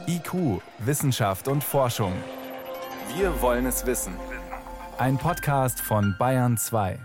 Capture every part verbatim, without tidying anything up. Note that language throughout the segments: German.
I Q, Wissenschaft und Forschung. Wir wollen es wissen. Ein Podcast von Bayern zwei.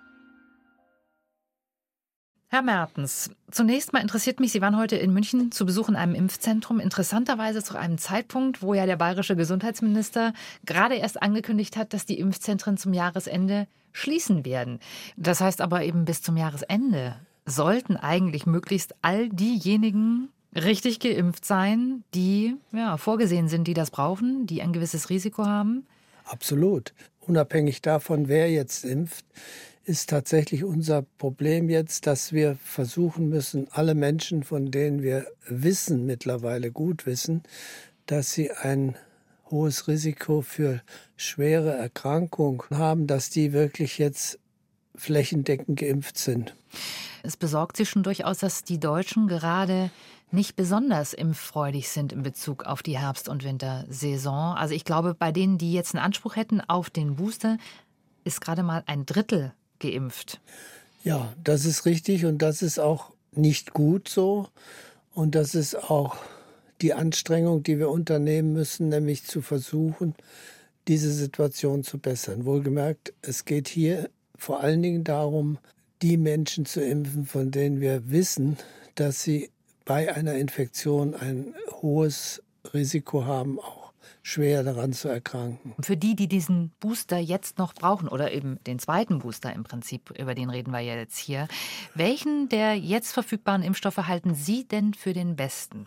Herr Mertens, zunächst mal interessiert mich, Sie waren heute in München zu Besuch in einem Impfzentrum. Interessanterweise zu einem Zeitpunkt, wo ja der bayerische Gesundheitsminister gerade erst angekündigt hat, dass die Impfzentren zum Jahresende schließen werden. Das heißt aber eben bis zum Jahresende sollten eigentlich möglichst all diejenigen richtig geimpft sein, die ja, vorgesehen sind, die das brauchen, die ein gewisses Risiko haben? Absolut. Unabhängig davon, wer jetzt impft, ist tatsächlich unser Problem jetzt, dass wir versuchen müssen, alle Menschen, von denen wir wissen, mittlerweile gut wissen, dass sie ein hohes Risiko für schwere Erkrankungen haben, dass die wirklich jetzt flächendeckend geimpft sind. Es besorgt Sie schon durchaus, dass die Deutschen gerade nicht besonders impffreudig sind in Bezug auf die Herbst- und Wintersaison. Also ich glaube, bei denen, die jetzt einen Anspruch hätten auf den Booster, ist gerade mal ein Drittel geimpft. Ja, das ist richtig und das ist auch nicht gut so. Und das ist auch die Anstrengung, die wir unternehmen müssen, nämlich zu versuchen, diese Situation zu bessern. Wohlgemerkt, es geht hier vor allen Dingen darum, die Menschen zu impfen, von denen wir wissen, dass sie bei einer Infektion ein hohes Risiko haben, auch schwer daran zu erkranken. Für die, die diesen Booster jetzt noch brauchen oder eben den zweiten Booster im Prinzip, über den reden wir ja jetzt hier, welchen der jetzt verfügbaren Impfstoffe halten Sie denn für den besten?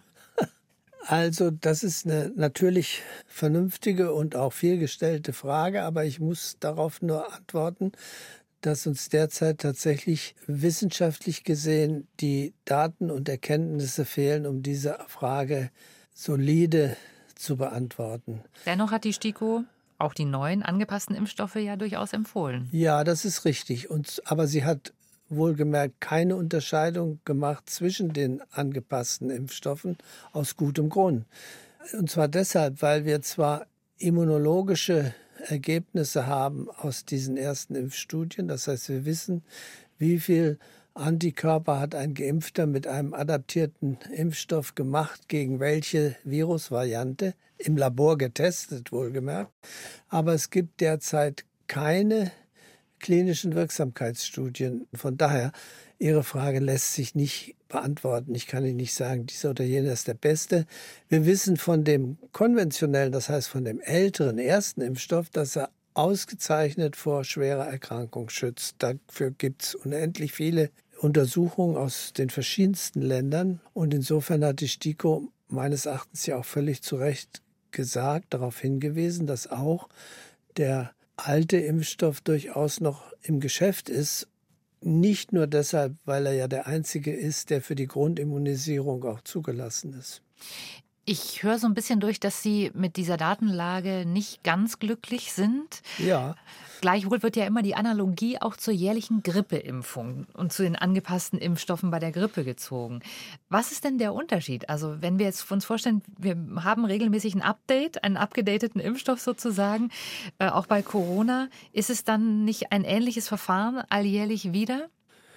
Also das ist eine natürlich vernünftige und auch vielgestellte Frage, aber ich muss darauf nur antworten, dass uns derzeit tatsächlich wissenschaftlich gesehen die Daten und Erkenntnisse fehlen, um diese Frage solide zu beantworten. Dennoch hat die STIKO auch die neuen angepassten Impfstoffe ja durchaus empfohlen. Ja, das ist richtig. Und, aber sie hat wohlgemerkt keine Unterscheidung gemacht zwischen den angepassten Impfstoffen aus gutem Grund. Und zwar deshalb, weil wir zwar immunologische Ergebnisse haben aus diesen ersten Impfstudien. Das heißt, wir wissen, wie viel Antikörper hat ein Geimpfter mit einem adaptierten Impfstoff gemacht, gegen welche Virusvariante, im Labor getestet, wohlgemerkt. Aber es gibt derzeit keine klinischen Wirksamkeitsstudien. Von daher, Ihre Frage lässt sich nicht beantworten. Ich kann Ihnen nicht sagen, dieser oder jener ist der Beste. Wir wissen von dem konventionellen, das heißt von dem älteren ersten Impfstoff, dass er ausgezeichnet vor schwerer Erkrankung schützt. Dafür gibt es unendlich viele Untersuchungen aus den verschiedensten Ländern. Und insofern hat die STIKO meines Erachtens ja auch völlig zu Recht gesagt, darauf hingewiesen, dass auch der alte Impfstoff durchaus noch im Geschäft ist. Nicht nur deshalb, weil er ja der einzige ist, der für die Grundimmunisierung auch zugelassen ist. Ich höre so ein bisschen durch, dass Sie mit dieser Datenlage nicht ganz glücklich sind. Ja. Gleichwohl wird ja immer die Analogie auch zur jährlichen Grippeimpfung und zu den angepassten Impfstoffen bei der Grippe gezogen. Was ist denn der Unterschied? Also wenn wir jetzt uns vorstellen, wir haben regelmäßig ein Update, einen abgedateten Impfstoff sozusagen, äh, auch bei Corona, ist es dann nicht ein ähnliches Verfahren alljährlich wieder?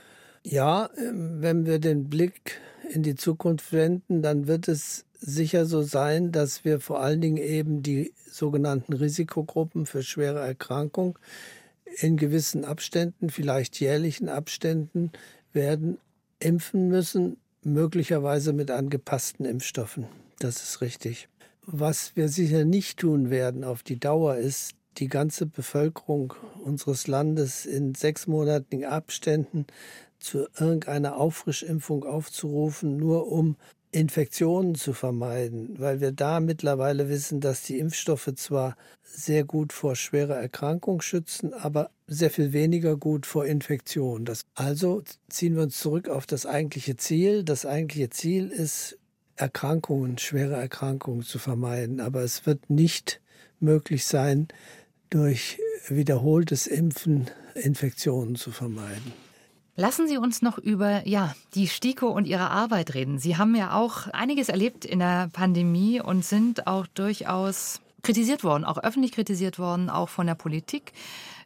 Ja, wenn wir den Blick in die Zukunft wenden, dann wird es sicher so sein, dass wir vor allen Dingen eben die sogenannten Risikogruppen für schwere Erkrankung in gewissen Abständen, vielleicht jährlichen Abständen, werden impfen müssen, möglicherweise mit angepassten Impfstoffen. Das ist richtig. Was wir sicher nicht tun werden auf die Dauer ist, die ganze Bevölkerung unseres Landes in sechsmonatigen Abständen zu irgendeiner Auffrischimpfung aufzurufen, nur um Infektionen zu vermeiden, weil wir da mittlerweile wissen, dass die Impfstoffe zwar sehr gut vor schwerer Erkrankung schützen, aber sehr viel weniger gut vor Infektion. Das, also ziehen wir uns zurück auf das eigentliche Ziel. Das eigentliche Ziel ist, Erkrankungen, schwere Erkrankungen zu vermeiden, aber es wird nicht möglich sein, durch wiederholtes Impfen Infektionen zu vermeiden. Lassen Sie uns noch über ja, die STIKO und Ihre Arbeit reden. Sie haben ja auch einiges erlebt in der Pandemie und sind auch durchaus kritisiert worden, auch öffentlich kritisiert worden, auch von der Politik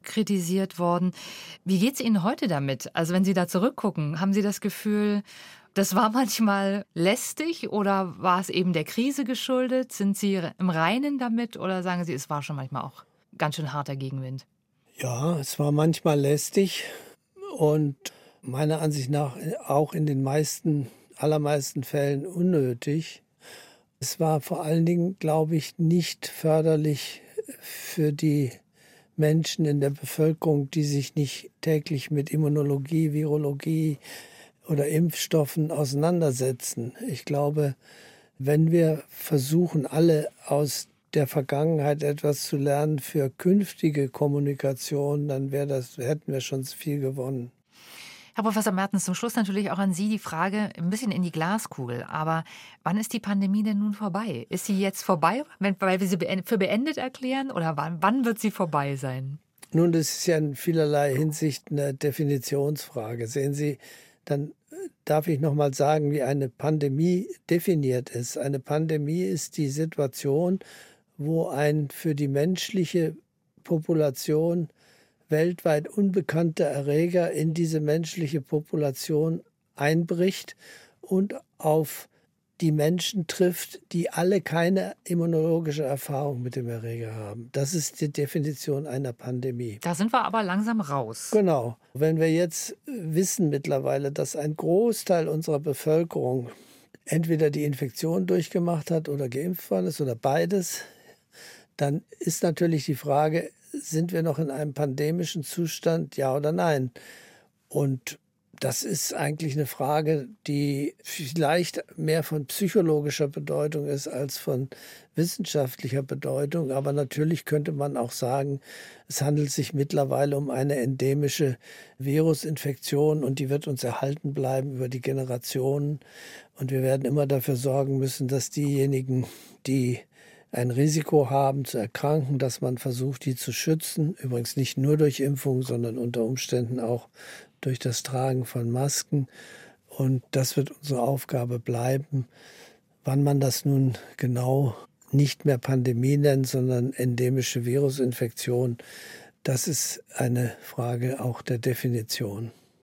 kritisiert worden. Wie geht es Ihnen heute damit? Also wenn Sie da zurückgucken, haben Sie das Gefühl, Das war manchmal lästig oder war es eben der Krise geschuldet? Sind Sie im Reinen damit oder sagen Sie, es war schon manchmal auch ganz schön harter Gegenwind? Ja, es war manchmal lästig und meiner Ansicht nach auch in den meisten, allermeisten Fällen unnötig. Es war vor allen Dingen, glaube ich, nicht förderlich für die Menschen in der Bevölkerung, die sich nicht täglich mit Immunologie, Virologie oder Impfstoffen auseinandersetzen. Ich glaube, wenn wir versuchen, alle aus der Vergangenheit etwas zu lernen für künftige Kommunikation, dann wäre das, hätten wir schon viel gewonnen. Herr Professor Mertens, zum Schluss natürlich auch an Sie die Frage, ein bisschen in die Glaskugel. Aber wann ist die Pandemie denn nun vorbei? Ist sie jetzt vorbei, weil wir sie für beendet erklären? Oder wann, wann wird sie vorbei sein? Nun, das ist ja in vielerlei Hinsicht eine Definitionsfrage. Sehen Sie, dann darf ich noch mal sagen, wie eine Pandemie definiert ist. Eine Pandemie ist die Situation, wo ein für die menschliche Population weltweit unbekannter Erreger in diese menschliche Population einbricht und auf die Menschen trifft, die alle keine immunologische Erfahrung mit dem Erreger haben. Das ist die Definition einer Pandemie. Da sind wir aber langsam raus. Genau. Wenn wir jetzt wissen mittlerweile, dass ein Großteil unserer Bevölkerung entweder die Infektion durchgemacht hat oder geimpft worden ist oder beides, dann ist natürlich die Frage, sind wir noch in einem pandemischen Zustand, ja oder nein? Und das ist eigentlich eine Frage, die vielleicht mehr von psychologischer Bedeutung ist als von wissenschaftlicher Bedeutung. Aber natürlich könnte man auch sagen, es handelt sich mittlerweile um eine endemische Virusinfektion und die wird uns erhalten bleiben über die Generationen. Und wir werden immer dafür sorgen müssen, dass diejenigen, die ein Risiko haben zu erkranken, dass man versucht, die zu schützen. Übrigens nicht nur durch Impfung, sondern unter Umständen auch durch das Tragen von Masken. Und das wird unsere Aufgabe bleiben. Wann man das nun genau nicht mehr Pandemie nennt, sondern endemische Virusinfektion, das ist eine Frage auch der Definition.